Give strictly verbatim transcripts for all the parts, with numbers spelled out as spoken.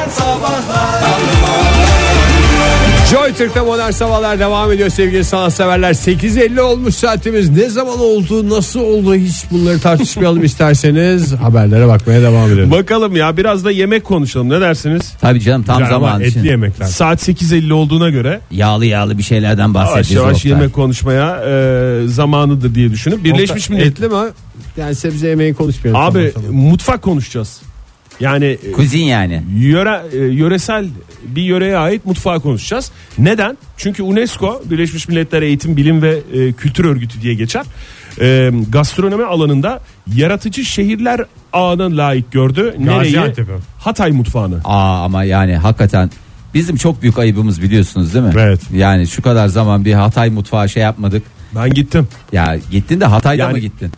Sabahlar. Joy Türk'te Modern Sabahlar devam ediyor sevgili sanatseverler. sekiz elli olmuş saatimiz. Ne zaman oldu, nasıl oldu, hiç bunları tartışmayalım isterseniz haberlere bakmaya devam edelim. Bakalım ya, biraz da yemek konuşalım, ne dersiniz? Tabii canım, tam Güzel ama zamanı etli için. yemekler. Saat sekiz elli olduğuna göre Yağlı yağlı bir şeylerden yavaş bahsedeceğiz. yavaş Oktay. yemek konuşmaya e, zamanıdır diye düşünüp Birleşmiş Milletler. Etli mi? Yani sebze yemeği konuşmayalım. Abi Tamam, tamam. mutfak konuşacağız. Yani e, Kuzin yani. yöre, e, yöresel bir yöreye ait mutfağı konuşacağız. Neden? Çünkü UNESCO, Birleşmiş Milletler Eğitim, Bilim ve e, Kültür Örgütü diye geçer. E, gastronomi alanında yaratıcı şehirler ağına layık gördü. Nereyi? Gaziantep'e. Hatay mutfağını. Aa, ama yani hakikaten bizim çok büyük ayıbımız, biliyorsunuz değil mi? Evet. Yani şu kadar zaman bir Hatay mutfağı şey yapmadık. Ben gittim. Ya gittin de Hatay'da Yani- mı gittin?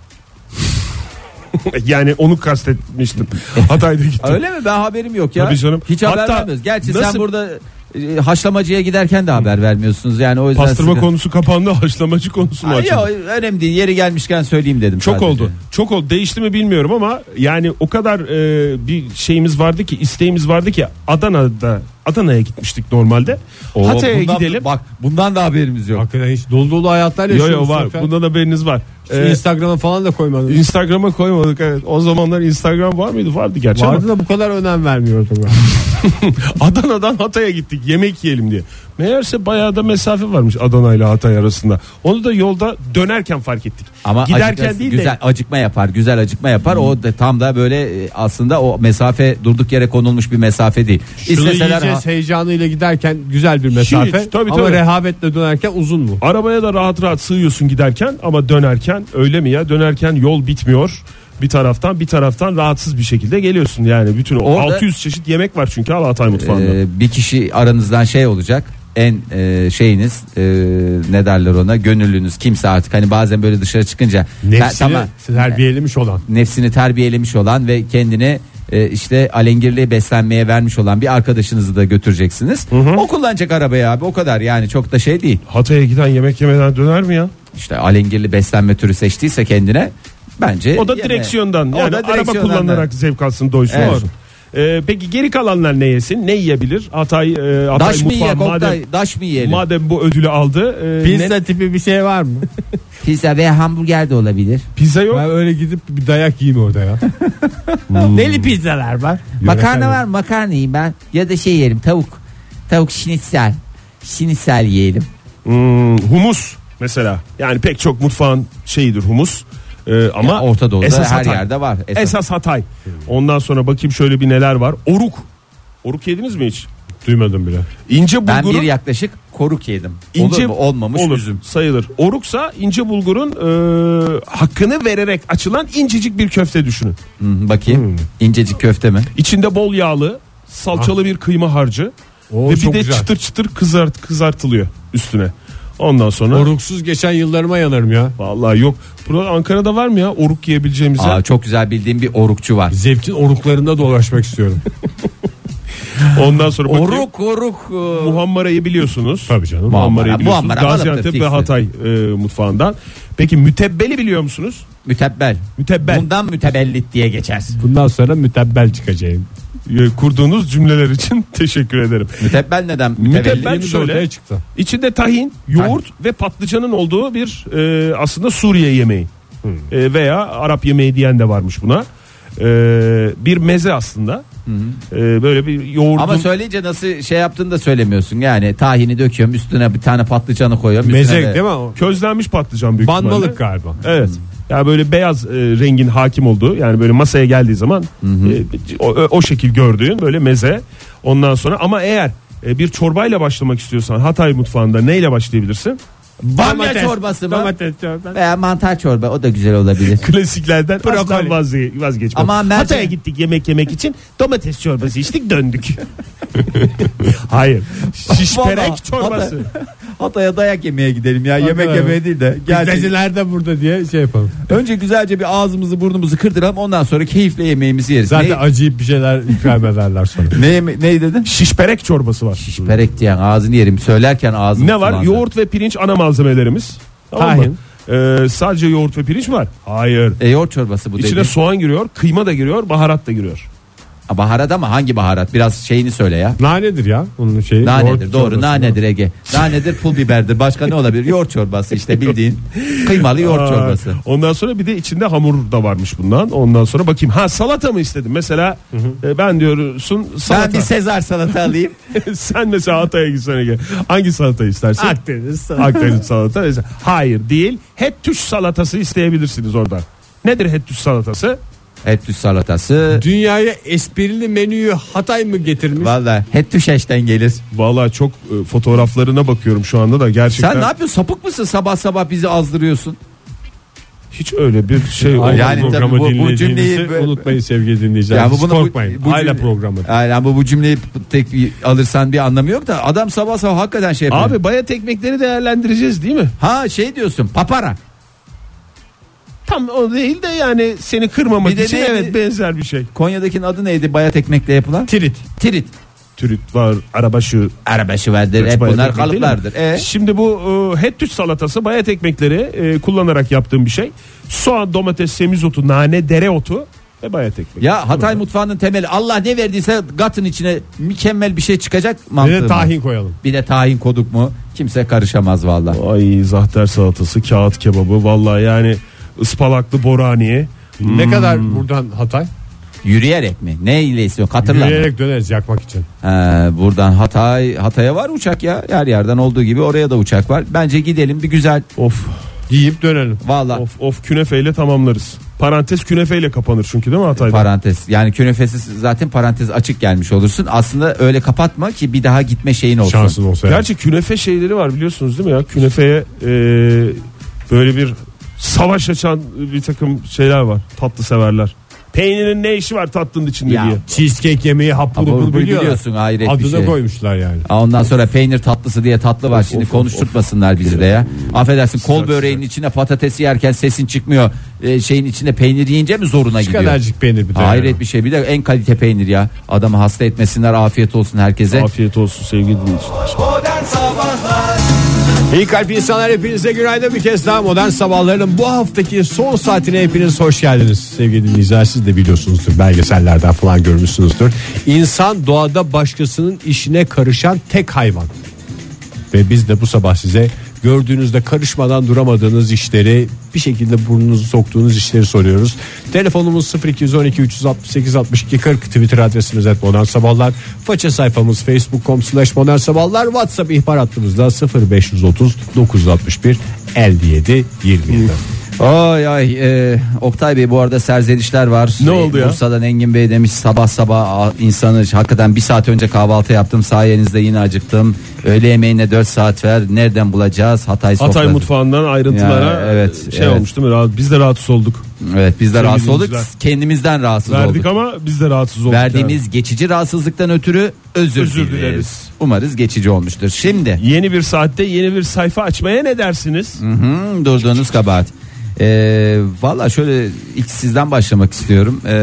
Yani onu kastetmiştim. Hatay'da gittim. Öyle mi? Ben haberim yok ya. Tabii canım. Hiç haber Hatta vermiyoruz. Gerçi nasıl- sen burada e, haşlamacıya giderken de haber vermiyorsunuz. Yani o yüzden Pastırma sıkıntı- konusu kapandı, haşlamacı konusu mu Ay, açıldı? yok, önemli değil. Yeri gelmişken söyleyeyim dedim. Çok sadece. oldu. Çok oldu. Değişti mi bilmiyorum ama yani o kadar e, bir şeyimiz vardı ki, isteğimiz vardı ki Adana'da Adana'ya gitmiştik normalde. Oo, Hatay'a bundan- gidelim. Bak, bundan da haberimiz yok. Hakikaten hiç dolu dolu hayatlar Yo yaşıyoruz. yo var. zaten. Bundan haberiniz var. Şu Ee, Instagram'a falan da koymadınız. Instagram'a koymadık, evet. O zamanlar Instagram var mıydı? Vardı gerçi Vardı da bu kadar önem vermiyordum ben. ama Adana'dan Hatay'a gittik yemek yiyelim diye. Meğerse bayağı da mesafe varmış Adana ile Hatay arasında. Onu da yolda dönerken fark ettik. Ama Giderken acıkası- değil güzel de acıkma yapar, güzel acıkma yapar. O da tam da böyle e, aslında o mesafe durduk yere konulmuş bir mesafe değil. Şunu İsteseler yiyeceğiz ha- heyecanıyla giderken güzel bir mesafe. Hiç, tabii, ama tabii. rehavetle dönerken uzun mu? arabaya da rahat rahat sığıyorsun giderken, ama dönerken öyle mi ya? Dönerken yol bitmiyor. Bir taraftan bir taraftan rahatsız bir şekilde geliyorsun yani. Bütün o Orada- altı yüz çeşit yemek var çünkü Hatay mutfağında. Ee, bir kişi aranızdan şey olacak, en e, şeyiniz e, ne derler ona, gönüllünüz kimse artık, hani bazen böyle dışarı çıkınca Nefsini tamam, terbiyelemiş olan. nefsini terbiyelemiş olan ve kendini e, işte alengirli beslenmeye vermiş olan bir arkadaşınızı da götüreceksiniz. O kullanacak arabayı abi, o kadar yani, çok da şey değil. Hatay'a giden yemek yemeden döner mi ya? İşte alengirli beslenme türü seçtiyse kendine, bence O da yeme. direksiyondan. O Yani da araba direksiyondan kullanarak da. zevk alsın, doysun. Evet. olsun. Ee, peki geri kalanlar ne yesin? Ne yiyebilir? Hatay, e, Hatay Daş mı mutfağı yiyek madem, Oktay? Daş mı yiyelim? madem bu ödülü aldı. E, Pizza ne- tipi bir şey var mı? Pizza ve hamburger de olabilir. pizza yok. Ben öyle gidip bir dayak yiyeyim orada ya. Neli pizzalar var? Makarna var, makarna yiyeyim ben. Ya da şey yiyelim, tavuk. Tavuk şinitsel. Şinitsel yiyelim. Hmm, humus mesela. Yani pek çok mutfağın şeyidir humus. Ee, ama Ya Orta Doğu'da esas her Hatay. yerde var. Esas. Esas Hatay. Ondan sonra bakayım şöyle bir neler var. Oruk. Oruk yediniz mi hiç? Duymadım bile. İnce Ben bulgurun bir yaklaşık koruk yedim. ince Olur mu? Olmamış olur, üzüm. sayılır. Oruksa ince bulgurun e, hakkını vererek açılan incecik bir köfte düşünün. Hı, bakayım. İncecik köfte mi? İçinde bol yağlı, salçalı bir kıyma harcı O ve bir çok de güzel. çıtır çıtır kızart kızartılıyor üstüne. Ondan sonra Oruksuz geçen yıllarıma yanarım ya. vallahi yok. Burada Ankara'da var mı ya oruk yiyebileceğimiz yer? Aa, çok güzel bildiğim bir orukçu var. Zevkin oruklarında dolaşmak istiyorum. Ondan sonra bakayım. Oruk oruk. e, Muhammara'yı biliyorsunuz. Tabii canım. Muhammara'yı biliyorsunuz. Muhammara, Gaziantep balıktır, ve fikstir. Hatay e, mutfağından. Peki mütebbeli biliyor musunuz? Mütebbel. Mütebbel. Bundan mütebellit diye geçer. Bundan sonra mütebbel çıkacağım. E, kurduğunuz cümleler için teşekkür ederim. Mütebbel neden? Mütebbel Mütevellit. şöyle. Ortaya çıktı. İçinde tahin, yoğurt ve patlıcanın olduğu bir e, aslında Suriye yemeği. E, veya Arap yemeği diyen de varmış buna. E, bir meze aslında. E, böyle bir yoğurdun. Ama söyleyince nasıl şey yaptığını da söylemiyorsun. Yani tahini döküyorum, üstüne bir tane patlıcanı koyuyorum. üstüne Meze de- değil mi o? közlenmiş patlıcan büyük ihtimalle. Banmalık galiba. Evet. Ya böyle beyaz e, rengin hakim olduğu, yani böyle masaya geldiği zaman e, o, o şekil gördüğün böyle meze. Ondan sonra ama eğer e, bir çorbayla başlamak istiyorsan Hatay mutfağında neyle başlayabilirsin? Bamya çorbası mı? Domates çorba. Veya mantar çorba, o da güzel olabilir. Klasiklerden asla Brokoli. vazge vazgeçmem. Ama merce- Hatay'a gittik yemek yemek için, domates çorbası içtik döndük. Hayır. Şişperek Vallahi, çorbası. Hatay'a dayak yemeye gidelim ya. Yemek Hakikaten. yemeye değil de. Gerçi Pizzacılar da burada diye şey yapalım. önce güzelce bir ağzımızı burnumuzu kırdıralım, ondan sonra keyifle yemeğimizi yeriz. Zaten ne, acayip bir şeyler ikram ederler sonra. ne, yeme- ne dedin? Şişperek çorbası var. Şişperek diyen ağzını yerim. Söylerken ağzım Ne var? sulandı. Yoğurt ve pirinç ana malzemelerimiz. Tamam mı? Ee, sadece yoğurt ve pirinç mi var? Hayır. E, yoğurt çorbası bu İçine dedi. soğan giriyor, kıyma da giriyor, baharat da giriyor. Baharat ama hangi baharat? Biraz şeyini söyle ya. Nanedir ya onun şeyi. Nanedir doğru, nanedir Ege. Nanedir, pul biberdir. Başka ne olabilir? Yoğurt çorbası işte, bildiğin kıymalı yoğurt Aa, çorbası. Ondan sonra bir de içinde hamur da varmış bundan. Ondan sonra bakayım. Ha, salata mı istedim? Mesela e, ben diyorsun salata. Ben bir Sezar salata alayım. Sen mesela Hatay'a gitsen Ege. Hangi salata istersin? Akdeniz salata. Akdeniz salata. Mesela, hayır değil. Hettüş salatası isteyebilirsiniz orada. Nedir hettüş salatası? Hettüş salatası. Dünyaya esprili menüyü Hatay mı getirmiş? Vallahi hettüş eşten gelir. Vallahi çok e, fotoğraflarına bakıyorum şu anda da gerçekten. Sen ne yapıyorsun? Sapık mısın? Sabah sabah bizi azdırıyorsun. Hiç öyle bir şey Aile olmadı. Yani programı tabii bu- bu dinlediğinizi cümleyi böyle- unutmayın sevgili dinleyiciler. Ya bu Hiç bunu- bu- korkmayın. bu Aile cümle- programı. Yani bu, bu cümleyi tek bir alırsan bir anlamı yok da adam sabah sabah hakikaten şey yapıyor. Abi bayat ekmekleri değerlendireceğiz değil mi? Ha şey diyorsun, papara. Tam o değil de yani seni kırmamak Bir de için neydi? evet benzer bir şey. Konya'dakinin adı neydi bayat ekmekle yapılan? Tirit. Tirit. Türüt var, arabaşı. Arabaşı vardır. Hep bayat bunlar ekmek değil mi? kalıplardır. E? Şimdi bu e, hettüş salatası bayat ekmekleri e, kullanarak yaptığım bir şey. Soğan, domates, semizotu, nane, dereotu ve bayat ekmek. Ya Hatay mutfağının temeli, Allah ne verdiyse katın içine mükemmel bir şey çıkacak Bir mantığı de var. tahin koyalım. Bir de tahin koduk mu? Kimse karışamaz vallahi. Ay zahter salatası, kağıt kebabı, vallahi yani ıspalaklı boraniye. Ne kadar buradan Hatay? Yürüyerek mi? Ne ile istiyor? Katırla mı? Yürüyerek döneriz yakmak için. Ha, buradan Hatay Hatay'a var uçak ya. Her yerden olduğu gibi oraya da uçak var. Bence gidelim bir güzel. Of Yiyip dönelim. Vallahi of of künefeyle tamamlarız. Parantez künefeyle kapanır çünkü değil mi Hatay'da? parantez. Yani künefesiz zaten parantez açık gelmiş olursun. Aslında öyle kapatma ki bir daha gitme şeyin olsun. Şansın olsa. yani. Gerçi künefe şeyleri var biliyorsunuz değil mi ya? Künefeye e, böyle bir savaş açan bir takım şeyler var. Tatlı severler. Peynirin ne işi var tatlının içinde Ya, diye. Cheesecake yemeği hap Ama bunu bunu biliyorlar. biliyorsun, hayret bir Adını şey. koymuşlar yani. Ondan sonra peynir tatlısı diye tatlı var. Of, Şimdi of, konuşturtmasınlar bizi de ya. Affedersin, kol Sıcak, böreğinin içine patatesi yerken sesin çıkmıyor. Ee, şeyin içine peynir yiyince mi zoruna Şu gidiyor? kadarcık peynir bir de. Hayret yani. bir şey. Bir de en kalite peynir ya. Adamı hasta etmesinler, afiyet olsun herkese. Afiyet olsun sevgili dinleyiciler. Modern Sabahlar İyi kalp insanlar, hepinize günaydın bir kez daha. Modern Sabahların bu haftaki son saatine hepiniz hoş geldiniz. Sevgili dinleyiciler, siz de biliyorsunuzdur, belgesellerden falan görmüşsünüzdür. İnsan doğada başkasının işine karışan tek hayvan. Ve biz de bu sabah size gördüğünüzde karışmadan duramadığınız işleri, bir şekilde burnunuzu soktuğunuz işleri soruyoruz. Telefonumuz sıfır iki on iki üç altı sekiz altmış iki kırk, Twitter adresimiz et modern sabahlar, faça sayfamız facebook nokta com slash modern sabahlar, WhatsApp ihbar hattımızda sıfır beş yüz otuz dokuz yüz altmış bir elli yedi yirmi yedi. Ay ay e, Oktay Bey, bu arada serzenişler var. Ne oldu ya? Bursa'dan Engin Bey demiş, sabah sabah a, insanı hakikaten bir saat önce kahvaltı yaptım, sayenizde yine acıktım. Öğle yemeğine dört saat ver, nereden bulacağız? Hatay Hatay sofrası. mutfağından ayrıntılara Ya, evet, şey evet. olmuş değil mi? Rahat- Biz de rahatsız olduk. Evet, biz de Sevgili rahatsız olduk, dinleyiciler. kendimizden rahatsız Verdik olduk. ama biz de rahatsız olduk. Verdiğimiz yani. geçici rahatsızlıktan ötürü özür, Özür dileriz. dileriz. Umarız geçici olmuştur. Şimdi Yeni bir saatte yeni bir sayfa açmaya ne dersiniz? hı, durduğunuz kabahat. Ee, Valla şöyle ilk sizden başlamak istiyorum. Ee,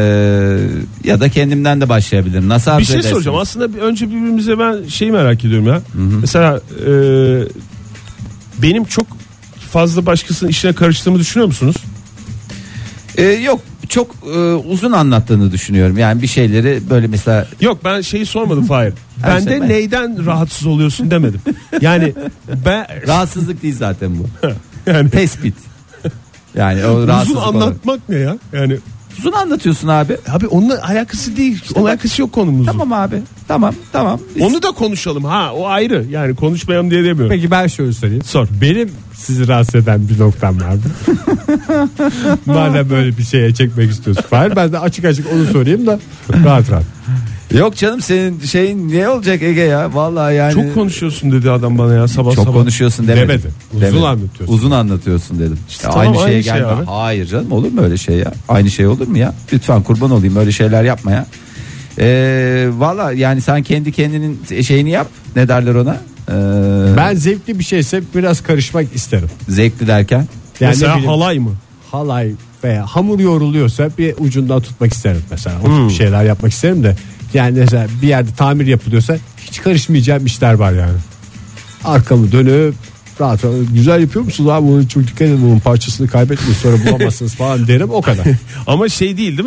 ya da kendimden de başlayabilirim. Nasıl Bir arzu şey edersiniz? soracağım. Aslında bir- önce birbirimize ben şeyi merak ediyorum ya. Mesela e, benim çok fazla başkasının işine karıştığımı düşünüyor musunuz? Ee, yok, çok e, uzun anlattığını düşünüyorum. Yani bir şeyleri böyle mesela Yok, ben şeyi sormadım Fahir. Her Ben de şey ben- neyden rahatsız oluyorsun demedim. Yani ben rahatsızlık değil zaten bu. yani Tespit. Yani o uzun rahatsızlık olarak. anlatmak ne ya? Yani Uzun anlatıyorsun abi. abi onunla alakası değil. İşte Onun bak- alakası yok konumuzun. Tamam abi. Tamam tamam. Biz- Onu da konuşalım. Ha, o ayrı. Yani konuşmayalım diye demiyorum. Peki ben şöyle söyleyeyim. Sor. Benim sizi rahatsız eden bir noktam vardı. Madem böyle bir şeye çekmek istiyorsun. Hayır, ben de açık açık onu sorayım da rahat rahat. Yok canım, senin şeyin ne olacak Ege ya? Vallahi yani. Çok konuşuyorsun dedi adam bana ya sabah Çok sabah. konuşuyorsun demedim. Demedi. Uzun Demedim. anlatıyorsun. Uzun anlatıyorsun dedim. İşte tamam, aynı şeye aynı şey gelme. abi. Hayır canım, olur mu öyle şey ya? Aynı şey olur mu ya? Lütfen kurban olayım, öyle şeyler yapma ya. Ee, Valla yani sen kendi kendinin şeyini yap. Ne derler ona? Ee, Ben zevkli bir şeyse biraz karışmak isterim. Zevkli derken. Yani Mesela ne bileyim, halay mı? halay veya hamur yoğruluyorsa bir ucundan tutmak isterim mesela. O tip Hmm. bir şeyler yapmak isterim de. Yani mesela bir yerde tamir yapılıyorsa hiç karışmayacağım işler var yani. Arkamı dönüp rahat rahat, güzel yapıyor musunuz abi, bunu çok dikkat edin, bunun parçasını kaybetmeyin sonra bulamazsınız falan derim, o kadar. Ama şey değil değil mi?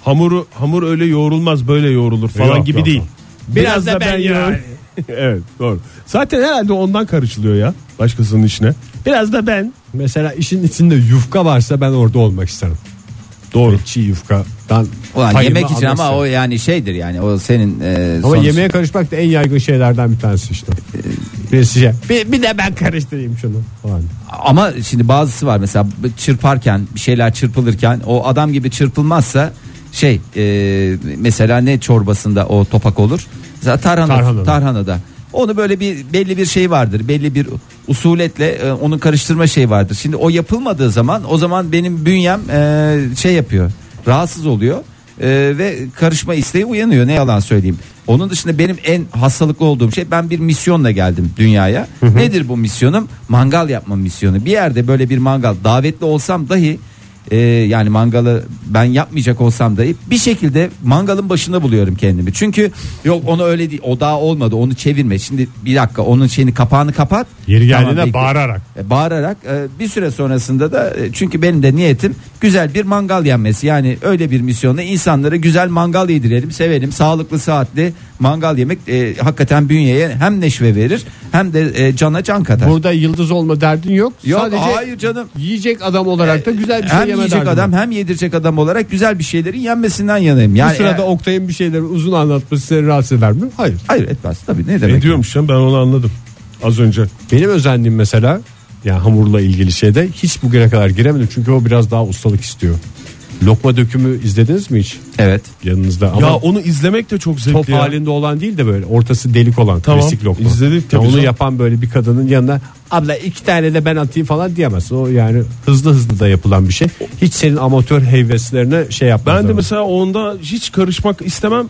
hamuru hamur öyle yoğrulmaz böyle yoğrulur falan Yok, gibi yok, değil. yok. Biraz, Biraz da da ben ben ya. ya. Evet, doğru. Zaten herhalde ondan karışılıyor ya başkasının işine. Biraz da ben. Mesela işin içinde yufka varsa ben orada olmak isterim. Doğru. Çiğ yufkadan Ulan payımı yemek için almak ama o isterim. yani şeydir yani o senin e, Ama sonuç- yemeğe karışmak da en yaygın şeylerden bir tanesi işte. Birisi şey, bir, bir de ben karıştırayım şunu falan. Ama şimdi bazısı var mesela çırparken bir şeyler çırpılırken o adam gibi çırpılmazsa şey e, mesela ne çorbasında o topak olur. Mesela tarhana, Tarhanada. tarhanada. Onu böyle bir belli bir şey vardır. Belli bir usuletle e, onun karıştırma şey vardır. Şimdi o yapılmadığı zaman o zaman benim bünyem e, şey yapıyor. Rahatsız oluyor. E, ve karışma isteği uyanıyor, ne yalan söyleyeyim. Onun dışında benim en hastalıklı olduğum şey, ben bir misyonla geldim dünyaya. Nedir bu misyonum? Mangal yapma misyonu. Bir yerde böyle bir mangal, davetli olsam dahi e, yani mangalı ben yapmayacak olsam dahi bir şekilde mangalın başında buluyorum kendimi. Çünkü yok onu öyle değil, o daha olmadı, onu çevirme. Şimdi bir dakika, onun şeyini, kapağını kapat. Yeri geldiğinde Tamam, bekle. bağırarak. E, bağırarak e, bir süre sonrasında da e, çünkü benim de niyetim güzel bir mangal yenmesi. Yani öyle bir misyonla insanlara güzel mangal yedirelim, sevelim. Sağlıklı, sıhhatli mangal yemek e, hakikaten bünyeye hem neşve verir hem de e, cana can katar. Burada yıldız olma derdin yok. Yok, Sadece hayır canım. yiyecek adam olarak da güzel bir şey Hem yeme yiyecek derdin adam var. hem yedirecek adam olarak güzel bir şeylerin yenmesinden yanayım. Yani Bu sırada e, Oktay'ın bir şeyleri uzun anlatması seni rahatsız eder mi? Hayır. hayır etmez tabii, ne demek. Ne diyormuş ya, ben onu anladım az önce. Benim özendiğim mesela, yani hamurla ilgili şeyde hiç bugüne kadar giremedim çünkü o biraz daha ustalık istiyor. Lokma dökümü izlediniz mi hiç? Evet. Yanınızda Ya ama onu izlemek de çok zevkli top ya. halinde olan değil de böyle ortası delik olan Tamam, klasik lokma. izledik tabii Ya onu canım. yapan böyle bir kadının yanına abla iki tane de ben atayım falan diyemezsin. O yani hızlı hızlı da yapılan bir şey. Hiç senin amatör heveslerine şey yapmaz. Ben de ama. mesela onda hiç karışmak istemem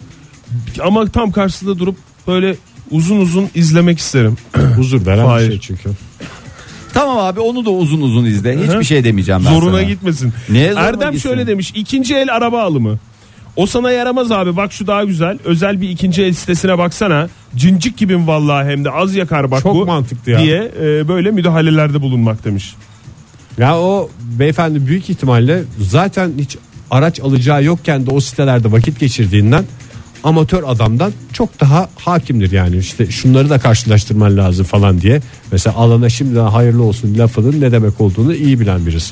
ama tam karşısında durup böyle uzun uzun izlemek isterim. huzur veren Hayır. bir şey çünkü. Tamam abi, onu da uzun uzun izle. Hiçbir Hı. şey demeyeceğim ben Zoruna sana. gitmesin. Niye zoruna Erdem gitsin? şöyle demiş: ikinci el araba alımı. O sana yaramaz abi, bak şu daha güzel. Özel bir ikinci el sitesine baksana. Cincik gibim vallahi, hem de az yakar bak Çok bu. mantıklı ya. Diye e, böyle müdahalelerde bulunmak demiş. Ya o beyefendi büyük ihtimalle zaten hiç araç alacağı yokken de o sitelerde vakit geçirdiğinden amatör adamdan çok daha hakimdir. Yani işte şunları da karşılaştırman lazım falan diye. Mesela alana şimdiden hayırlı olsun lafının ne demek olduğunu iyi bilen birisi.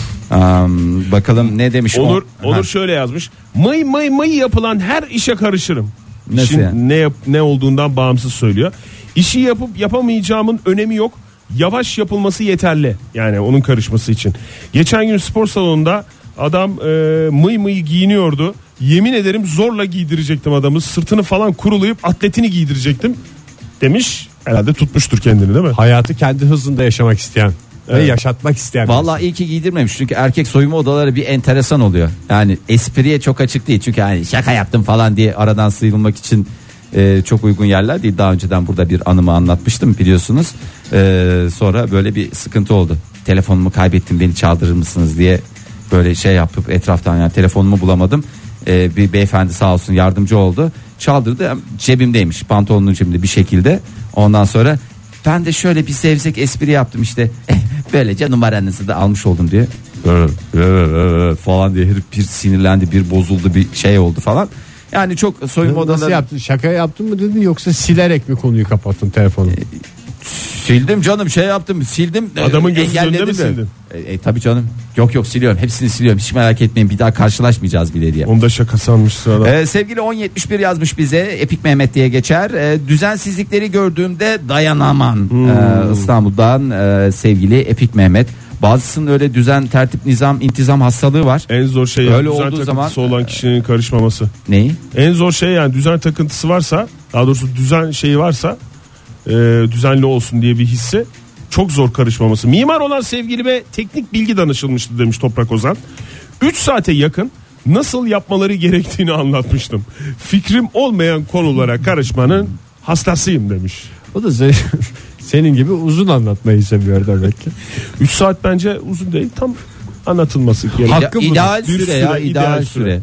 Um, bakalım ne demiş Onur, o? Onur Ha. şöyle yazmış: mıy mıy mıy yapılan her işe karışırım. Nasıl İşin yani? ne yap, ne olduğundan bağımsız söylüyor. İşi yapıp yapamayacağımın önemi yok. Yavaş yapılması yeterli. Yani onun karışması için. Geçen gün spor salonunda adam e, mıy mıy giyiniyordu. Yemin ederim zorla giydirecektim adamı. Sırtını falan kurulayıp atletini giydirecektim demiş. Herhalde tutmuştur kendini, değil mi? Hayatı kendi hızında yaşamak isteyen ve Evet. yaşatmak isteyen. Vallahi iyi ki giydirmemiş, çünkü erkek soyunma odaları bir enteresan oluyor. Yani espriye çok açık değil, çünkü hani şaka yaptım falan diye aradan sıyrılmak için e, çok uygun yerler değil. Daha önceden burada bir anımı anlatmıştım biliyorsunuz. E, sonra böyle bir sıkıntı oldu. Telefonumu kaybettim, beni çaldırır mısınız diye böyle şey yapıp etraftan, yani telefonumu bulamadım. E, bir beyefendi sağ olsun yardımcı oldu. Çaldırdı, cebimdeymiş, pantolonun cebimde bir şekilde. Ondan sonra ben de şöyle bir zevzek espri yaptım işte. Böylece numaranızı da almış oldum diye. Falan diye herif bir sinirlendi, bir bozuldu, bir şey oldu falan. Yani çok soyunma Nasıl odaları. yaptın? Şaka yaptın mı dedin yoksa silerek mi konuyu kapattın telefonu? Sildim canım, şey yaptım, sildim. Adamın e, gözünün önünde engelledim mi de. sildin? E, e, tabii canım. Yok yok, siliyorum, hepsini siliyorum, hiç merak etmeyin, bir daha karşılaşmayacağız bile diye. Onu da şaka sanmış sırada. Ee, sevgili on yetmiş bir yazmış bize, Epik Mehmet diye geçer. Ee, düzensizlikleri gördüğümde dayanamam. Hmm. Ee, İstanbul'dan e, sevgili Epik Mehmet. Bazısının öyle düzen, tertip, nizam, intizam hastalığı var. En zor şey Öyle yani düzen olduğu takıntısı zaman- olan kişinin karışmaması. Neyi? En zor şey yani düzen takıntısı varsa, daha doğrusu düzen şeyi varsa, e, düzenli olsun diye bir hissi, çok zor karışmaması. Mimar olan sevgilime teknik bilgi danışılmıştı demiş Toprak Ozan. üç saate yakın nasıl yapmaları gerektiğini anlatmıştım. Fikrim olmayan konulara karışmanın hastasıyım demiş. O da senin, senin gibi uzun anlatmayı seviyor demek ki. üç saat bence uzun değil, tam anlatılması gerekiyor. Hakkı İda- budur. ideal Bir süre ya, süre, ideal, ideal süre.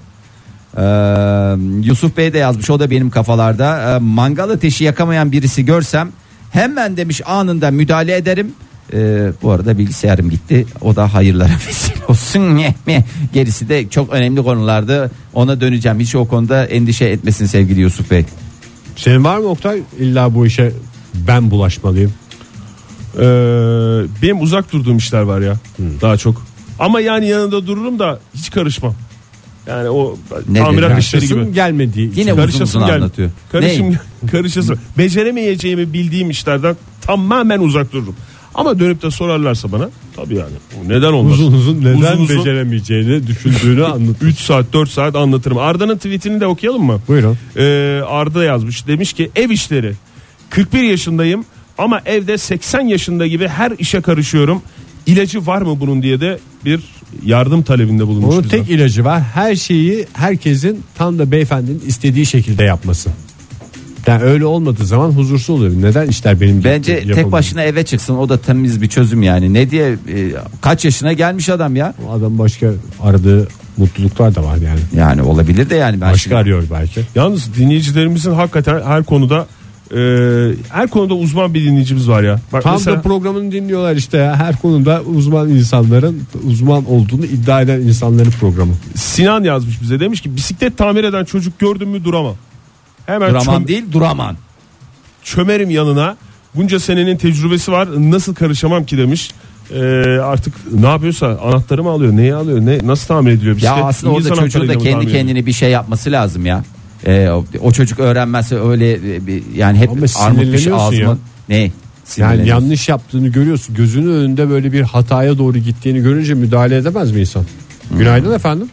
Ee, Yusuf Bey de yazmış, o da benim kafalarda. Ee, mangal ateşi yakamayan birisi görsem hemen demiş anında müdahale ederim. Ee, bu arada bilgisayarım gitti. O da hayırlara vesile olsun. Gerisi de çok önemli konulardı. Ona döneceğim. Hiç o konuda endişe etmesin sevgili Yusuf Bey. Senin var mı Oktay? İlla bu işe ben bulaşmalıyım. Ee, benim uzak durduğum işler var ya. Hmm. Daha çok. Ama yani yanında dururum da hiç karışmam. Yani o Nedir tamirat ya? işleri gibi. Gelmediği Yine uzun uzun anlatıyor. Karışım, karışasın. Beceremeyeceğimi bildiğim işlerden tamamen uzak dururum. Ama dönüp de sorarlarsa bana tabii yani neden olmaz. Uzun uzun neden uzun uzun, beceremeyeceğini düşündüğünü anlat. üç saat dört saat anlatırım. Arda'nın tweetini de okuyalım mı? Buyurun. Ee, Arda yazmış, demiş ki ev işleri kırk bir yaşındayım ama evde seksen yaşında gibi her işe karışıyorum. İlacı var mı bunun diye de bir yardım talebinde bulunmuş. Onun tek ilacı var, her şeyi herkesin tam da beyefendinin istediği şekilde yapması. Yani öyle olmadığı zaman huzursuz oluyor. Neden işler benim Bence tek yapamıyorum? başına eve çıksın, o da temiz bir çözüm yani. Ne diye e, kaç yaşına gelmiş adam ya? O adam başka aradığı mutluluklar da var yani. Yani olabilir de yani. Ben Başka şimdi... arıyor belki. Yalnız dinleyicilerimizin hakikaten her konuda e, her konuda uzman bir dinleyicimiz var ya. Bak Tam mesela... da programını dinliyorlar işte ya. Her konuda uzman insanların uzman olduğunu iddia eden insanların programı. Sinan yazmış bize, demiş ki bisiklet tamir eden çocuk gördün mü duramam. Hemen Duraman çöm- değil duraman. Çömerim yanına. Bunca senenin tecrübesi var. Nasıl karışamam ki demiş. Ee, artık ne yapıyorsa anahtarı mı alıyor, neyi alıyor, ne nasıl tamir ediliyor bisiklet? Ya aslında orada çocuğun da kendi kendine bir şey yapması lazım ya. Ee, o, o çocuk öğrenmezse öyle e, bir, yani hep armut piş ağzımın ne? Yani yanlış yaptığını görüyorsun. Gözünün önünde böyle bir hataya doğru gittiğini görünce müdahale edemez mi insan? Hmm. Günaydın efendim.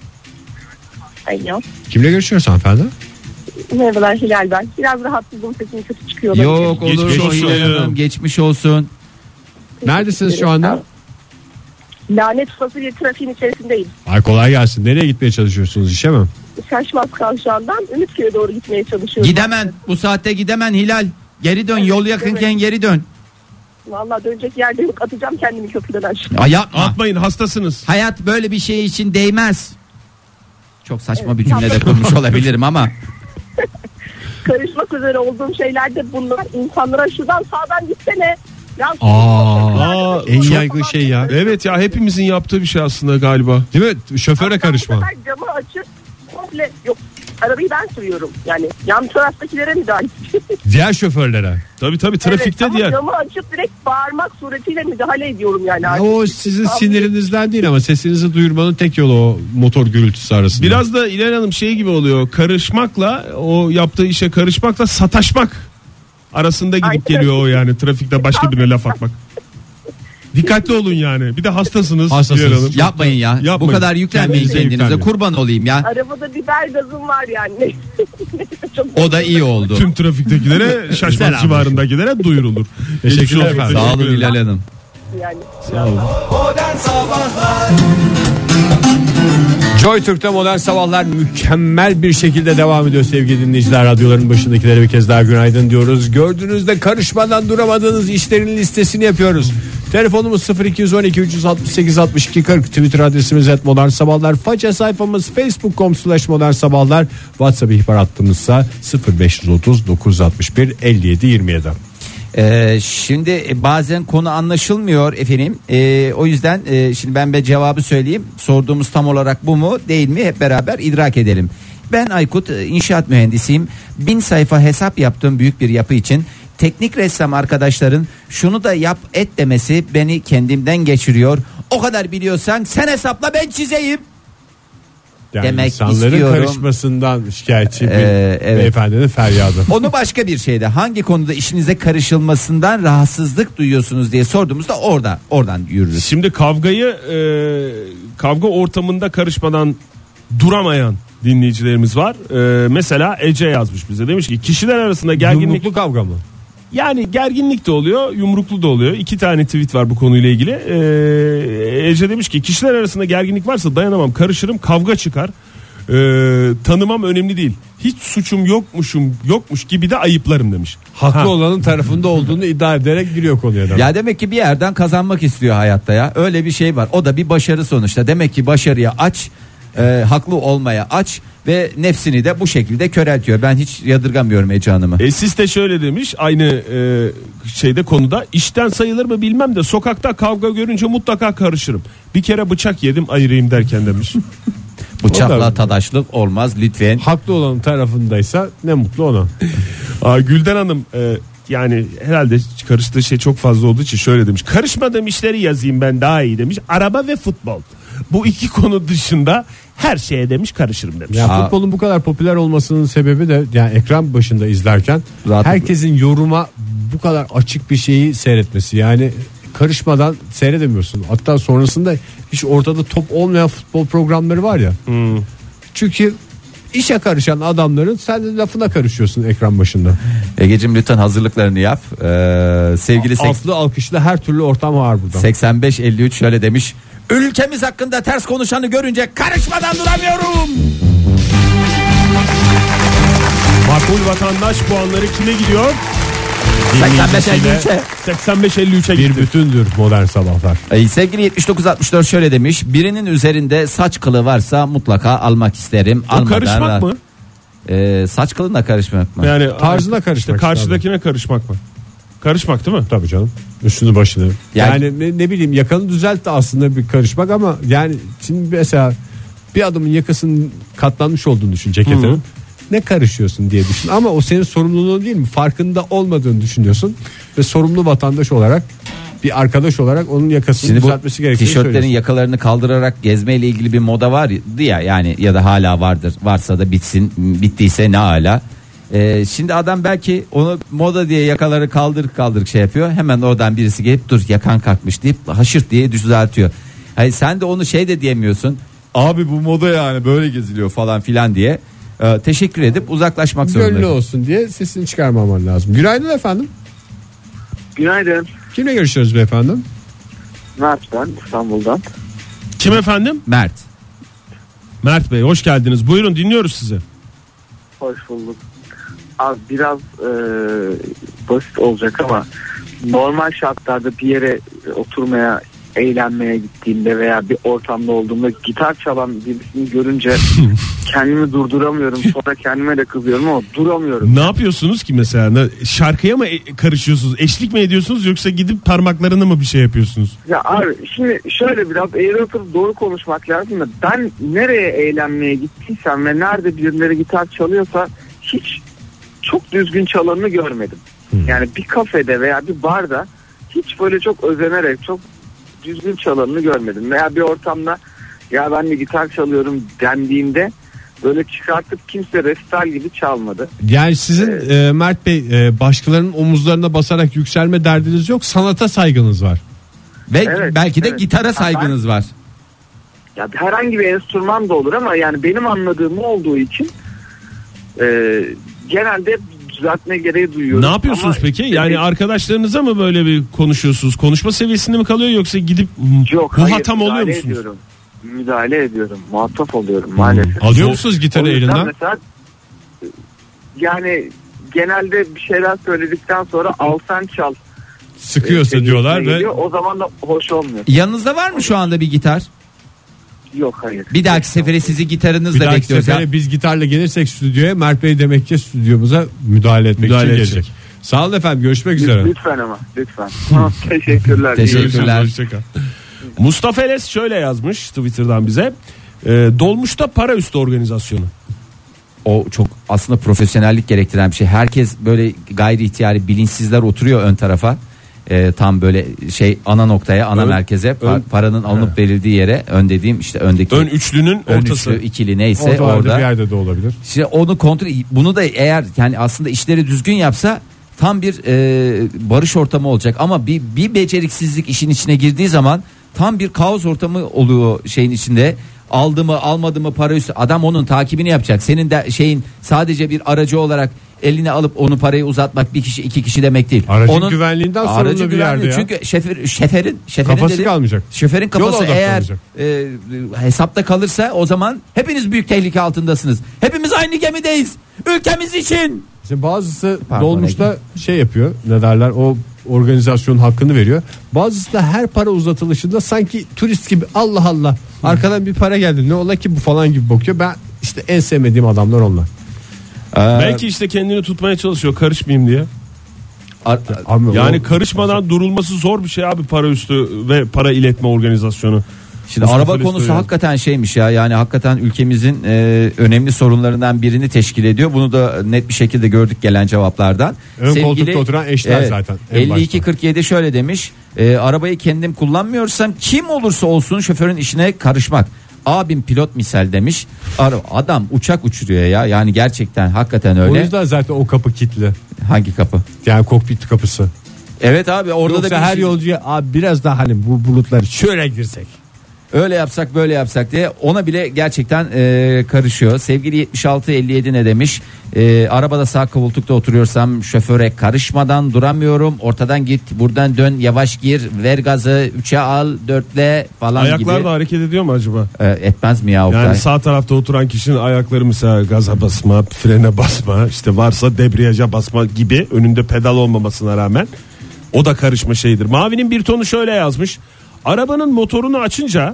Alo. Kimle görüşüyoruz hanımefendi? Merhabalar, Hilal ben. Biraz rahatsızım, sesim kötü çıkıyor. Yok olur geçmiş mu olsun. Hilal Hanım, geçmiş olsun. Neredesiniz şu anda? Lanet fasulye trafiğin içerisindeyim. Ay kolay gelsin. Nereye gitmeye çalışıyorsunuz, işe mi? Şaşmaz Kavşağı'ndan Ümitköy'e doğru gitmeye çalışıyorum. Gidemen bu saatte gidemen Hilal. Geri dön, yol yakınken evet. Geri dön. Vallahi dönecek yerde yok, atacağım kendimi köprüden aşağı. Ya yapma. Atmayın, hastasınız. Hayat böyle bir şey için değmez. Çok saçma bir cümlede kurmuş olabilirim ama. Karışmak üzere olduğum şeyler de bunlar. İnsanlara şuradan sağdan gitsene. Ya, Aa, en yaygın şey ya. Evet ya, hepimizin yaptığı bir şey aslında galiba. Değil mi? Şoföre karışma. Camı açıp komple yok. Arabayı ben sürüyorum. Yani yan taraftakilere müdahale. Diğer şoförlere. Tabii tabii trafikte evet, diğer. Camı açıp direkt bağırmak suretiyle müdahale ediyorum yani. Ya o sizin sinirinizden değil ama sesinizi duyurmanın tek yolu o motor gürültüsü arasında. Biraz da İlhan Hanım şey gibi oluyor. Karışmakla, o yaptığı işe karışmakla sataşmak arasında gidip Aynen. geliyor o yani, trafikte başka birine laf atmak. Dikkatli olun yani. Bir de hastasınız. Hastasınız. İlhan Hanım. Yapmayın ya. Yapmayın. Bu kadar yüklenmeyin Kendinize kendinize. yüklenmeyin. Kurban olayım ya. Arabada biber gazım var yani. Çok O da iyi oldu. Tüm trafiktekilere, şaşmak Selam. civarındakilere duyurulur. Teşekkürler Geçmiş olsun. efendim. Sağ olun Teşekkür ederim. Hilal Hanım. yani. Sağ olun. Modern Sabahlar Joy Türk'te modern sabahlar mükemmel bir şekilde devam ediyor sevgili dinleyiciler. Radyoların başındakilere bir kez daha günaydın diyoruz. Gördüğünüzde karışmadan duramadığınız işlerin listesini yapıyoruz. Telefonumuz sıfır iki on iki üç altı sekiz altmış iki kırk, Twitter adresimiz et modern sabahlar, faça sayfamız facebook nokta com slash modern sabahlar, WhatsApp ihbar hattımızsa sıfır beş otuz dokuz altmış bir elli yedi yirmi yedi. Ee, şimdi bazen konu anlaşılmıyor efendim. Ee, o yüzden e, şimdi ben bir cevabı söyleyeyim. Sorduğumuz tam olarak bu mu değil mi, hep beraber idrak edelim. Ben Aykut, inşaat mühendisiyim. Bin sayfa hesap yaptığım büyük bir yapı için teknik ressam arkadaşların şunu da yap et demesi beni kendimden geçiriyor. O kadar biliyorsan sen hesapla, ben çizeyim. Yani Demek insanların istiyorum. karışmasından şikayetçi bir Ee, evet. beyefendinin feryadı. Onu başka bir şeyde, hangi konuda işinize karışılmasından rahatsızlık duyuyorsunuz diye sorduğumuzda orada oradan yürürüz. Şimdi kavgayı e, kavga ortamında karışmadan duramayan dinleyicilerimiz var. E, mesela Ece yazmış bize, demiş ki kişiler arasında gerginlik, Yumruklu kavga mı? yani gerginlik de oluyor, yumruklu da oluyor. İki tane tweet var bu konuyla ilgili. E, Ece demiş ki kişiler arasında gerginlik varsa dayanamam, karışırım, kavga çıkar. E, tanımam önemli değil. Hiç suçum yokmuşum yokmuş gibi de ayıplarım demiş. Haklı Ha. olanın tarafında olduğunu iddia ederek giriyor konuya. Ya demek ki bir yerden kazanmak istiyor hayatta ya. Öyle bir şey var. O da bir başarı sonuçta. Demek ki başarıya aç, e, haklı olmaya aç ve nefsini de bu şekilde köreltiyor. Ben hiç yadırgamıyorum Ece Hanım'ı. E siz de şöyle demiş aynı e, şeyde konuda, işten sayılır mı bilmem de sokakta kavga görünce mutlaka karışırım. Bir kere bıçak yedim ayırayım derken demiş. Bıçakla tadaşlık olmaz lütfen. Haklı olan tarafındaysa ne mutlu ona. Aa, Gülden Hanım e, yani herhalde karıştığı şey çok fazla olduğu için şöyle demiş. Karışmadığım işleri yazayım ben daha iyi demiş. Araba ve futbol. Bu iki konu dışında her şeye demiş karışırım demiş. Ya Aa. futbolun bu kadar popüler olmasının sebebi de yani ekran başında izlerken Rahatlıkla. herkesin yoruma bu kadar açık bir şeyi seyretmesi. Yani karışmadan seyredemiyorsun. Hatta sonrasında hiç ortada top olmayan futbol programları var ya. Hmm. Çünkü işe karışan adamların sen de lafına karışıyorsun ekran başında. Egeciğim lütfen hazırlıklarını yap. Ee, sevgili sek- Altlı alkışlı her türlü ortam var burada. seksen beş elli üç şöyle demiş. Ülkemiz hakkında ters konuşanı görünce karışmadan duramıyorum. Makul vatandaş puanları kime gidiyor? seksen beş elli üçe. seksen beş elli üçe Bir gitti. bütündür modern sabahlar. Ee, sevgili yetmiş dokuz altmış dört şöyle demiş. Birinin üzerinde saç kılı varsa mutlaka almak isterim. O Almadan karışmak da- mı? Ee, saç kılınla karışmak mı? Yani Tarzına karışmak işte karşıdakine karışmak mı? Karışmak değil mi? Tabii canım. Üstünü başını. Yani- Yani, ne, ne bileyim yakanı düzelt de aslında bir karışmak ama yani şimdi mesela bir adamın yakasının katlanmış olduğunu düşün ceketinin. Hı. Ne karışıyorsun diye düşün ama o senin sorumluluğun değil mi? Farkında olmadığını düşünüyorsun ve sorumlu vatandaş olarak bir arkadaş olarak onun yakasını Şimdi bu düzeltmesi gerektiğini tişörtlerin söylüyorsun. yakalarını kaldırarak gezmeyle ilgili bir moda vardı ya yani ya da hala vardır. Varsa da bitsin, bittiyse ne hala. Ee, şimdi adam belki onu moda diye yakaları kaldır kaldır şey yapıyor. Hemen oradan birisi gelip dur yakan kalkmış deyip haşırt diye düzeltiyor. Hayır sen de onu şey de diyemiyorsun. Abi bu moda yani böyle geziliyor falan filan diye. Ee, teşekkür edip uzaklaşmak Gönlü zorunda. olsun diye sesini çıkarmaman lazım. Günaydın efendim. Günaydın. Kimle görüşüyoruz beyefendi? Mert ben İstanbul'dan. Kim efendim? Mert. Mert Bey hoş geldiniz. Buyurun dinliyoruz sizi. Hoş bulduk. Abi biraz e, basit olacak ama normal şartlarda bir yere oturmaya, eğlenmeye gittiğimde veya bir ortamda olduğumda gitar çalan birisini görünce kendimi durduramıyorum. Sonra kendime de kızıyorum ama duramıyorum. Ne yapıyorsunuz ki mesela? Ne- Şarkıya mı e- karışıyorsunuz? Eşlik mi ediyorsunuz yoksa gidip parmaklarına mı bir şey yapıyorsunuz? Ya abi şimdi şöyle biraz eğri oturup doğru konuşmak lazım da ben nereye eğlenmeye gittiysem ve nerede birileri gitar çalıyorsa hiç çok düzgün çalanını görmedim. Yani bir kafede veya bir barda hiç böyle çok özenerek çok düzgün çalanını görmedim. Veya bir ortamda ya ben de gitar çalıyorum dendiğinde böyle çıkartıp kimse resital gibi çalmadı. Yani sizin e, Mert Bey e, başkalarının omuzlarına basarak yükselme derdiniz yok, sanata saygınız var. Ve Evet, belki de evet. gitara saygınız var. Ya herhangi bir enstrüman da olur ama yani benim anladığım olduğu için e, genelde düzeltme gereği duyuyorum. Ne yapıyorsunuz Ama peki? işte Yani bir- arkadaşlarınıza mı böyle bir konuşuyorsunuz? Konuşma seviyesinde mi kalıyor yoksa gidip Yok, bu hayır, hatam oluyor müdahale musunuz? Ediyorum. Müdahale ediyorum. Muhatap oluyorum maalesef. Alıyor musunuz gitarı O yüzden elinden? mesela yani genelde bir şeyler söyledikten sonra al sen çal. Sıkıyorsa e, diyorlar ve geliyor. O zaman da hoş olmuyor. Yanınızda var mı şu anda bir gitar? Yok hayır. Bir dahaki sefere sizi bir gitarınızla dahaki bekliyoruz. sefere Ya. biz gitarla gelirsek stüdyoya Mert Bey demek ki stüdyomuza müdahale etmek Müdahale için edecek. gelecek. Sağ olun efendim, görüşmek üzere. Lütfen ama lütfen. Ha, teşekkürler. Teşekkür- Görüşürüz, Teşekkürler. hoşça kal. Mustafa Eles şöyle yazmış Twitter'dan bize. E, dolmuşta para üstü organizasyonu. O çok aslında profesyonellik gerektiren bir şey. Herkes böyle gayri ihtiyari bilinçsizler oturuyor ön tarafa. Ee, tam böyle şey ana noktaya, ana Ön- merkeze, pa- ön- paranın alınıp verildiği yere, ön dediğim işte öndeki Ön üçlünün ön ortası. üçlü, ikili neyse Ortalarda orada. bir yerde de olabilir. İşte onu kontrol, bunu da eğer yani aslında işleri düzgün yapsa tam bir e, barış ortamı olacak ama bir bir beceriksizlik işin içine girdiği zaman tam bir kaos ortamı oluyor şeyin içinde. Aldı mı almadı mı para üstü, adam onun takibini yapacak. Senin de şeyin sadece bir aracı olarak eline alıp onu parayı uzatmak bir kişi iki kişi demek değil. Aracın onun güvenliğinden sorumlu aracı bir güvenli yerde ya. çünkü şoför, şoförün şoförün Kafası dedi- kalmayacak. Şoförün kafası Yola eğer odaklanacak. e, hesapta kalırsa o zaman hepiniz büyük tehlike altındasınız. Hepimiz aynı gemideyiz. Ülkemiz için. İşte bazısı Pardon, dolmuşta şey yapıyor, ne derler, o organizasyonun hakkını veriyor. Bazısı da her para uzatılışında sanki turist gibi Allah Allah arkadan bir para geldi ne ola ki bu falan gibi bakıyor. Ben işte en sevmediğim adamlar onlar. Ee, Belki işte kendini tutmaya çalışıyor, karışmayayım diye. ar- Abi Yani o- karışmadan durulması zor bir şey abi, para üstü ve para iletme organizasyonu. Şimdi Mustafa araba Restoran konusu yazdı. hakikaten şeymiş ya, yani hakikaten ülkemizin e, önemli sorunlarından birini teşkil ediyor. Bunu da net bir şekilde gördük gelen cevaplardan. Ön koltukta oturan eşler zaten en elli iki başta. kırk yedi şöyle demiş. E, arabayı kendim kullanmıyorsam kim olursa olsun şoförün işine karışmak. Abim pilot misal demiş. Ara- Adam uçak uçuruyor ya, yani gerçekten hakikaten O öyle. yüzden zaten o kapı kilitli. Hangi kapı? Yani kokpit kapısı. Evet abi, orada Yoksa da bir her şey- yolcuya abi biraz daha hani bu bulutları şöyle girsek. öyle yapsak böyle yapsak diye ona bile gerçekten e, karışıyor. Sevgili yetmiş altı elli yedi ne demiş? E, arabada sağ koltukta oturuyorsam şoföre karışmadan duramıyorum. Ortadan git, buradan dön, yavaş gir, ver gazı, üçe al, dörtle falan Ayaklar gibi. da hareket ediyor mu acaba? E, etmez mi ya Oktay? Yani sağ tarafta oturan kişinin ayakları mesela gaza basma, frene basma, işte varsa debriyaja basma gibi, önünde pedal olmamasına rağmen o da karışma şeyidir. Mavi'nin bir tonu şöyle yazmış. Arabanın motorunu açınca,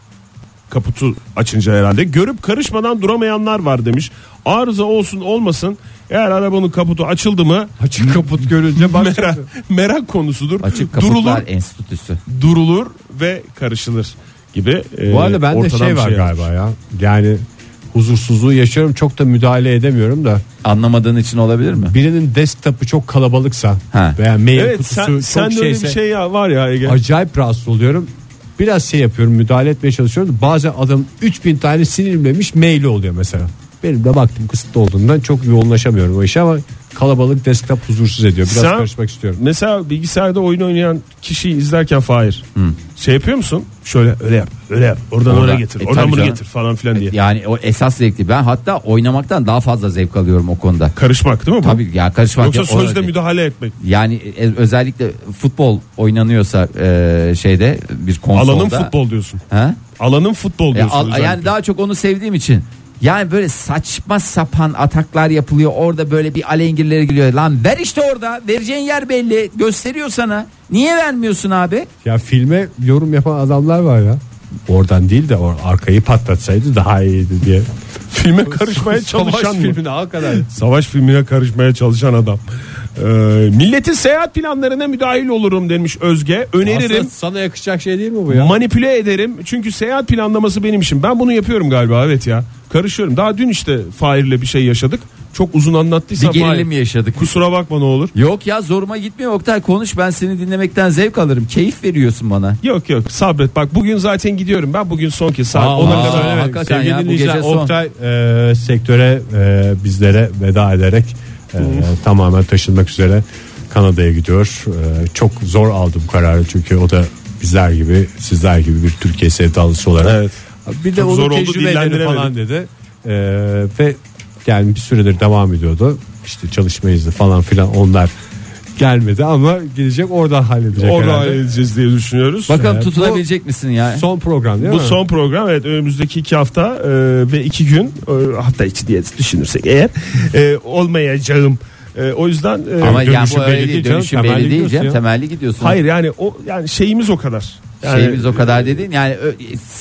kaputu açınca herhalde, görüp karışmadan duramayanlar var demiş. Arıza olsun olmasın, eğer arabanın kaputu açıldı mı Açık kaput görünce bak. merak, merak konusudur. Açık durulur, Kaputlar Enstitüsü. durulur ve karışılır gibi. e, Bu arada bende ortadan şey bir var yazmış. galiba ya. Yani huzursuzluğu yaşıyorum, çok da müdahale edemiyorum da. Anlamadığın için olabilir mi? Birinin desktop'ı çok kalabalıksa Ha. veya mail Evet, kutusu sen, çok sen de öyle şeyse bir şey ya, var ya Ege. acayip rahatsız oluyorum. Biraz şey yapıyorum, müdahale etmeye çalışıyorum. Bazen adam üç bin tane sinirlenmiş maili oluyor mesela. Benim de vaktim kısıtlı olduğundan çok yoğunlaşamıyorum o işe, ama kalabalık desktop huzursuz ediyor. Biraz Sen- karışmak istiyorum. Mesela bilgisayarda oyun oynayan kişiyi izlerken Fahir, şey yapıyor musun? Şöyle öyle yap, öyle yap. Oradan Orada- oraya getir, E, oradan tabii bunu canım. getir falan filan diye. Yani o esas zevkli. Ben hatta oynamaktan daha fazla zevk alıyorum o konuda. Karışmak değil mi bu? Tabii ya, karışmak. Yoksa ya, sözde orada- müdahale etmek. Yani e, özellikle futbol oynanıyorsa e, şeyde bir konsolda. Alanın futbol diyorsun. Ha? Alanın futbol E, diyorsun. al- özellikle. yani daha çok onu sevdiğim için. Yani böyle saçma sapan ataklar yapılıyor. Orada böyle bir alengirlere giriyor. Lan ver işte orada. Vereceğin yer belli. Gösteriyor sana. Niye vermiyorsun abi? Ya filme yorum yapan adamlar var ya. Oradan değil de or arkayı patlatsaydı daha iyiydi diye. Filme karışmaya çalışan Savaş mı? filmine hakikaten. Savaş filmine karışmaya çalışan adam. Ee, milletin seyahat planlarına müdahil olurum demiş Özge. Öneririm. Aslında sana yakışacak şey değil mi bu ya? Manipüle ederim. Çünkü seyahat planlaması benim işim. Ben bunu yapıyorum galiba, evet ya. Karışıyorum. Daha dün işte Fahir'le bir şey yaşadık. Çok uzun Bir anlattıysam gerilim Fahir, yaşadık. kusura bakma ne olur. Yok ya, zoruma gitmiyor Oktay, konuş, ben seni dinlemekten zevk alırım. Keyif veriyorsun bana. Yok yok, sabret. Bak bugün zaten gidiyorum. Ben bugün son kez saat Aa, ona aa, kadar. evet. hakikaten Sevgili ya, bu dinleyiciler, gece son. Oktay e, sektöre e, bizlere veda ederek e, tamamen taşınmak üzere Kanada'ya gidiyor. E, çok zor aldı bu kararı, çünkü o da bizler gibi, sizler gibi bir Türkiye sevdalısı olarak. Evet. Bir de Çok onun zor oldu, tecrübeleri dillendiremedik. falan dedi. E, ve yani bir süredir devam ediyordu. İşte çalışma izni falan filan, onlar gelmedi ama gelecek, orada halledecek Orada herhalde. halledeceğiz diye düşünüyoruz. Bakalım Evet, tutunabilecek misin ya? Son program değil Bu mi? son program, evet, önümüzdeki iki hafta e, ve iki gün, e, hafta içi diye düşünürsek eğer, e, olmayacağım. E, o yüzden e, Ama yani dönüşüm bu öyle belli değil, değil canım, dönüşüm temelli belli değil gidiyorsun canım. ya. Temelli gidiyorsun. hayır yani o, yani şeyimiz o kadar. Yani, Şeyimiz o kadar dediğin yani ö-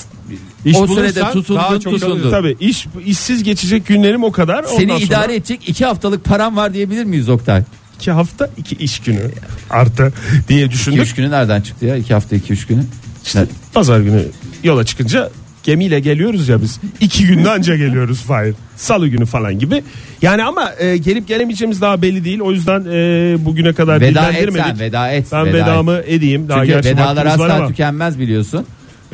İş o bulursan sürede tutundun daha çok tutundun. Tabii iş işsiz geçecek günlerim o kadar. Ondan Seni sonra idare edecek iki haftalık param var diyebilir miyiz Oktay? iki hafta iki iş günü artı diye iki düşündük. üç günü nereden çıktı ya? iki hafta iki üç günü. İşte pazar günü yola çıkınca gemiyle geliyoruz ya biz. İki günde anca geliyoruz Fahir. Salı günü falan gibi. Yani ama e, gelip gelemeyeceğimiz daha belli değil. O yüzden e, bugüne kadar Veda et dillendirmedik. sen, veda et. Ben veda et. vedamı edeyim. Daha Çünkü gerçi vedalar vaktimiz var asla ama, tükenmez biliyorsun. e,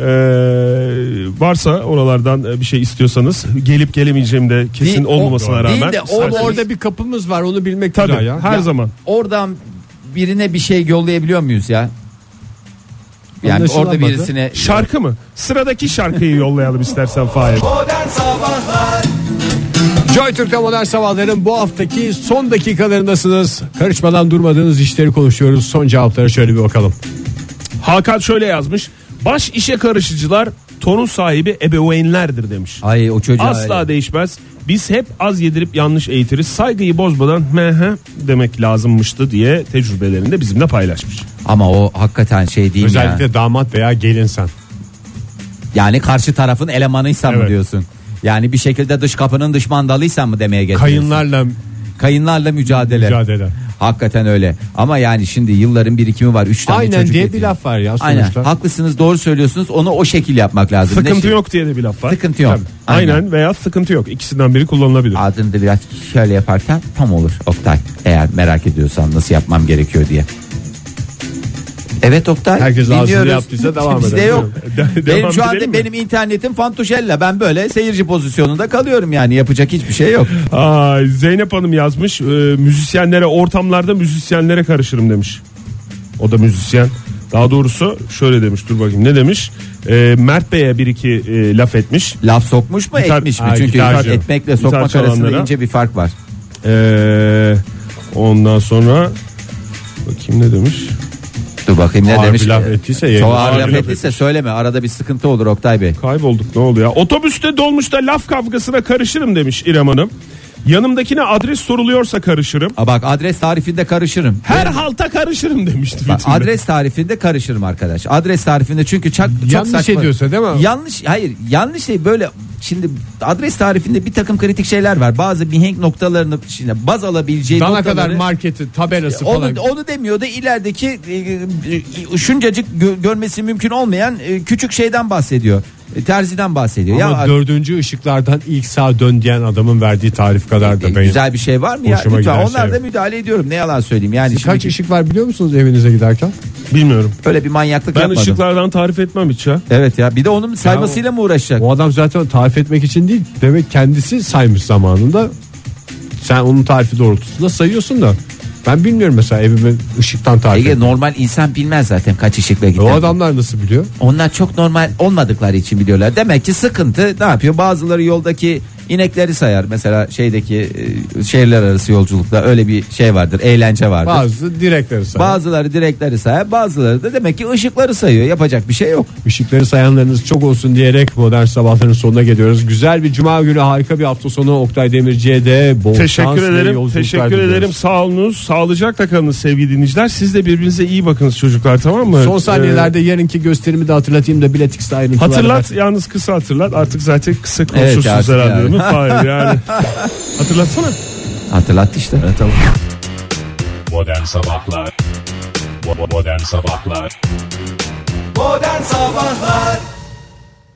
varsa oralardan bir şey istiyorsanız, gelip gelemeyeceğim de kesin Değil, o- olmamasına değil rağmen. de Ama Orada- orada bir kapımız var, onu bilmek Tabii güzel ya. her Ya, zaman. Oradan birine bir şey yollayabiliyor muyuz ya? Yani orada Anlaşılamadı. birisine Şarkı mı? Sıradaki şarkıyı yollayalım istersen Fahir. Modern Sabahlar Joy Türk'te modern sabahların bu haftaki son dakikalarındasınız. Karışmadan durmadığınız işleri konuşuyoruz. Son cevaplara şöyle bir bakalım. Hakan şöyle yazmış. Baş işe karışıcılar torun sahibi ebeveynlerdir demiş. Ay o çocuğa Asla öyle. değişmez. Biz hep az yedirip yanlış eğitiriz. Saygıyı bozmadan mehe demek lazımmıştı diye tecrübelerini de bizimle paylaşmış. Ama o hakikaten şey değil Özellikle ya. damat veya gelinsen. Yani karşı tarafın elemanıysan mı Evet. diyorsun? Yani bir şekilde dış kapının dış mandalıysan mı demeye getiriyorsun? Kayınlarla Kayınlarla mücadele. mücadele. Hakikaten öyle. Ama yani şimdi yılların birikimi var. Üç tane Aynen çocuk diye yetiyor. bir laf var ya sonuçta. Aynen. Haklısınız, doğru söylüyorsunuz. Onu o şekil yapmak lazım. Sıkıntı Ne yok diye de bir laf var. Sıkıntı yok. Tabii. Aynen. Aynen. veya sıkıntı yok. İkisinden biri kullanılabilir. Adını da biraz şöyle yaparken tam olur Oktay. Eğer merak ediyorsan nasıl yapmam gerekiyor diye. Evet Oktay. Herkes ağzını dinliyoruz. yaptıysa devam Bizde edelim. yok. De- benim devam şu anda edelim mi? benim internetim fantuşella. Ben böyle seyirci pozisyonunda kalıyorum yani. Yapacak hiçbir şey yok. Aa, Zeynep Hanım yazmış. E, müzisyenlere, ortamlarda müzisyenlere karışırım demiş. O da müzisyen. Daha doğrusu şöyle demiş, dur bakayım ne demiş. E, Mert Bey'e bir iki e, laf etmiş. Laf sokmuş mu Gitar- etmiş mi? Ha, Çünkü gitarcı. etmekle Gitar sokmak arasında çalanlara. ince bir fark var. E, ondan sonra bakayım ne demiş. Dur bakayım ne Ağır demiş. bir laf ettiyse Çok yayın- ağır Ağır laf bir laf ettiyse söyleme. Arada bir sıkıntı olur Oktay Bey. Kaybolduk, ne oldu ya? Otobüste dolmuşta laf kavgasına karışırım demiş İrem Hanım. Yanımdakine adres soruluyorsa karışırım. Aa, bak adres tarifinde karışırım. Her halta karışırım demişti. Bak, Bütünde. adres tarifinde karışırım arkadaş. Adres tarifinde çünkü çok, çok Yanlış saçma. ediyorsa değil mi? Yanlış, hayır yanlış şey böyle. Şimdi adres tarifinde bir takım kritik şeyler var. Bazı mihenk noktalarını şimdi baz alabileceği Dana noktaları. kadar marketi tabelası falan. Onu, onu demiyor da ilerideki e, e, şuncacık gö- görmesi mümkün olmayan e, küçük şeyden bahsediyor. E, terziden bahsediyor. Ama ya dördüncü ışıklardan ilk sağa dön diyen adamın verdiği tarif kadar da e, benim. güzel bir şey var mı ya? Hoşuma Lütfen giden onlar şey. da müdahale ediyorum. Ne yalan söyleyeyim. Yani Siz kaç şimdi ışık var biliyor musunuz evinize giderken? Bilmiyorum. böyle bir manyaklık Ben yapmadım. ışıklardan tarif etmem hiç ya. Evet ya bir de onun saymasıyla mı uğraşacak? O adam zaten tarif etmek için değil, demek kendisi saymış zamanında. Sen onun tarifi doğrultusunda sayıyorsun da. Ben bilmiyorum mesela evime ışıktan tarif Ege etmek. normal insan bilmez zaten kaç ışıkla O gider. adamlar nasıl biliyor? Onlar çok normal olmadıkları için biliyorlar. Demek ki sıkıntı ne yapıyor? Bazıları yoldaki inekleri sayar. Mesela şeydeki e, şehirler arası yolculukta öyle bir şey vardır. Eğlence vardır. Bazı direkleri sayıyor. Bazıları direkleri sayar. Bazıları da demek ki ışıkları sayıyor. Yapacak bir şey yok. Işıkları sayanlarınız çok olsun diyerek modern sabahların sonuna geliyoruz. Güzel bir cuma günü, harika bir hafta sonu. Oktay Demirci'ye de bol şans Teşekkür ve ederim. yolculuklar Teşekkür diliyoruz. ederim. Sağ olunuz. Sağlıcakla kalınız sevgili dinleyiciler. Siz de birbirinize iyi bakınız çocuklar, tamam mı? Son saniyelerde yarınki gösterimi de hatırlatayım da Bilet X'te Ee, ayrıntılar. hatırlat, yalnız kısa hatırlat. Artık zaten kısa Evet, konuşursunuz artık herhalde. yani. Değil mi? Hayır yani. Hatırlatsana. Hatırlattı işte. Evet, tamam. Modern Sabahlar Bo- Modern Sabahlar Modern Sabahlar